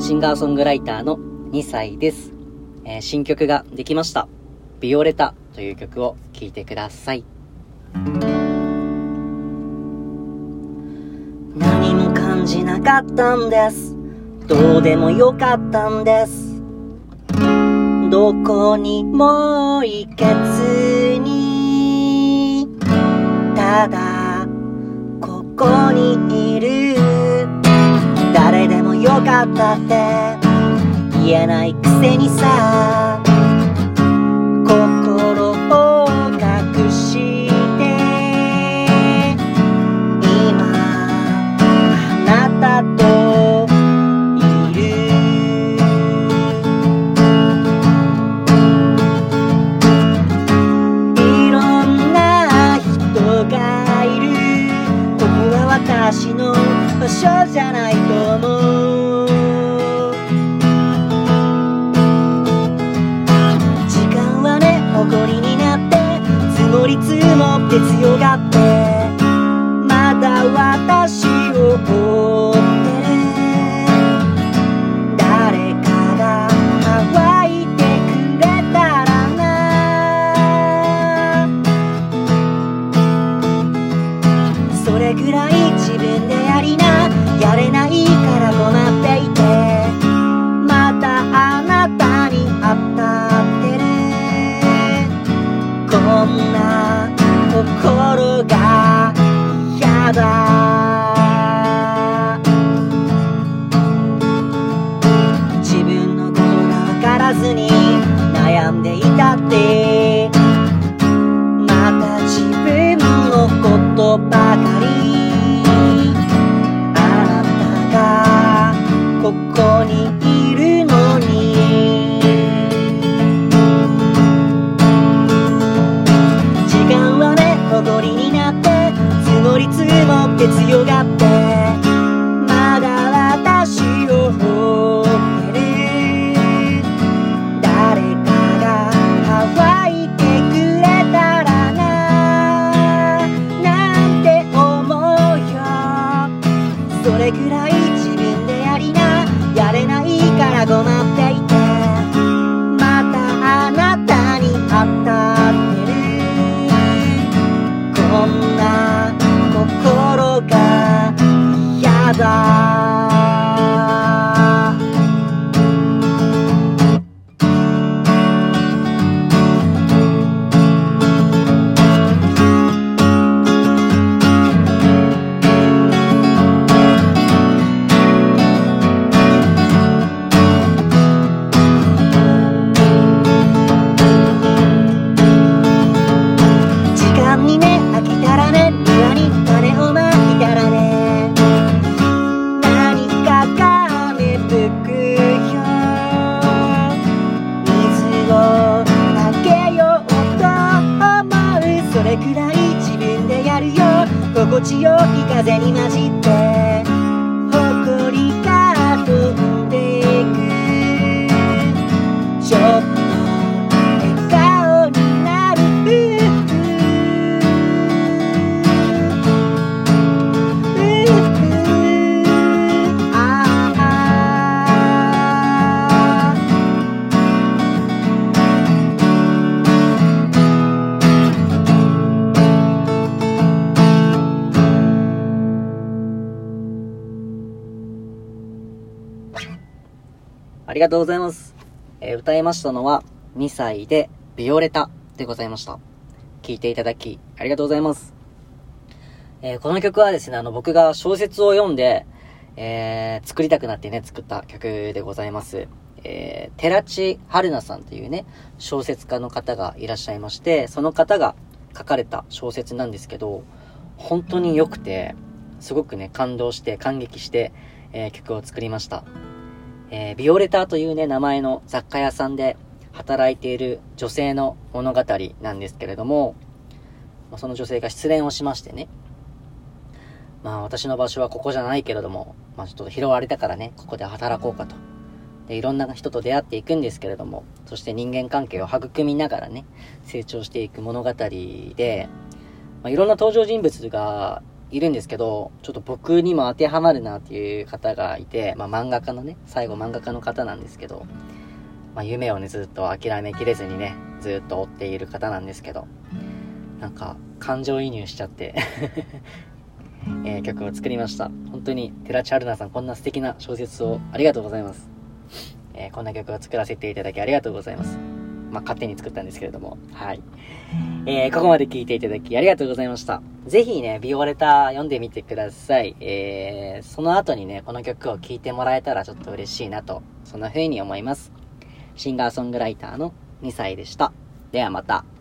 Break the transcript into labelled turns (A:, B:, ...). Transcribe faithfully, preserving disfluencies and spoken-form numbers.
A: シンガーソングライターのにさいです。えー、新曲ができました。ビオレタという曲を聴いてください。何も感じなかったんです。どうでもよかったんです。どこにも行けずにただここにいる。誰でもよかったって言えないくせにさ、心を隠して今あなたといる。いろんな人がいる。ここは私の場所じゃないと思う。時間はね誇りになって積もり積もって強がってまだ私を追ってる。誰かが乾いてくれたらな。それぐらい自分でやりな。やれないから困っていてまたあなたに当たってる。こんな心が嫌だ。自分のことが分からずに悩んでいたってまた自分のことばかりここにいるのに。時間はね誇りになって積もり積もって強がってまだ私を追ってる。誰かが乾いてくれたらななんて思うよ。それぐらい自分でやりな。やれないから困っていてまたあなたに当たってる。こんな心が嫌だ。心地よい風に混じって埃が飛んでく。ちょっと笑顔になる。ありがとうございます。えー、歌いましたのはにさいでビオレタでございました。聴いていただきありがとうございます。えー、この曲はですね、あの僕が小説を読んで、えー、作りたくなってね作った曲でございます。えー、寺地春菜さんというね小説家の方がいらっしゃいまして、その方が書かれた小説なんですけど、本当に良くてすごくね感動して感激して、えー、曲を作りました。えー、ビオレタというね名前の雑貨屋さんで働いている女性の物語なんですけれども、その女性が失恋をしましてね、まあ私の場所はここじゃないけれども、まあちょっと拾われたからねここで働こうかと。でいろんな人と出会っていくんですけれども、そして人間関係を育みながらね成長していく物語で、まあ、いろんな登場人物がいるんですけど、ちょっと僕にも当てはまるなっていう方がいて、まあ漫画家のね、最後漫画家の方なんですけど、まあ夢をね、ずっと諦めきれずにね、ずっと追っている方なんですけど、なんか感情移入しちゃって、えー、曲を作りました。本当に寺地春菜さん、こんな素敵な小説をありがとうございます。えー、こんな曲を作らせていただきありがとうございます。まあ、勝手に作ったんですけれども。はい。えー、ここまで聞いていただきありがとうございました。ぜひね、ビオレタ読んでみてください。えー、その後にね、この曲を聴いてもらえたらちょっと嬉しいなと、そんな風に思います。シンガーソングライターのにさいでした。ではまた。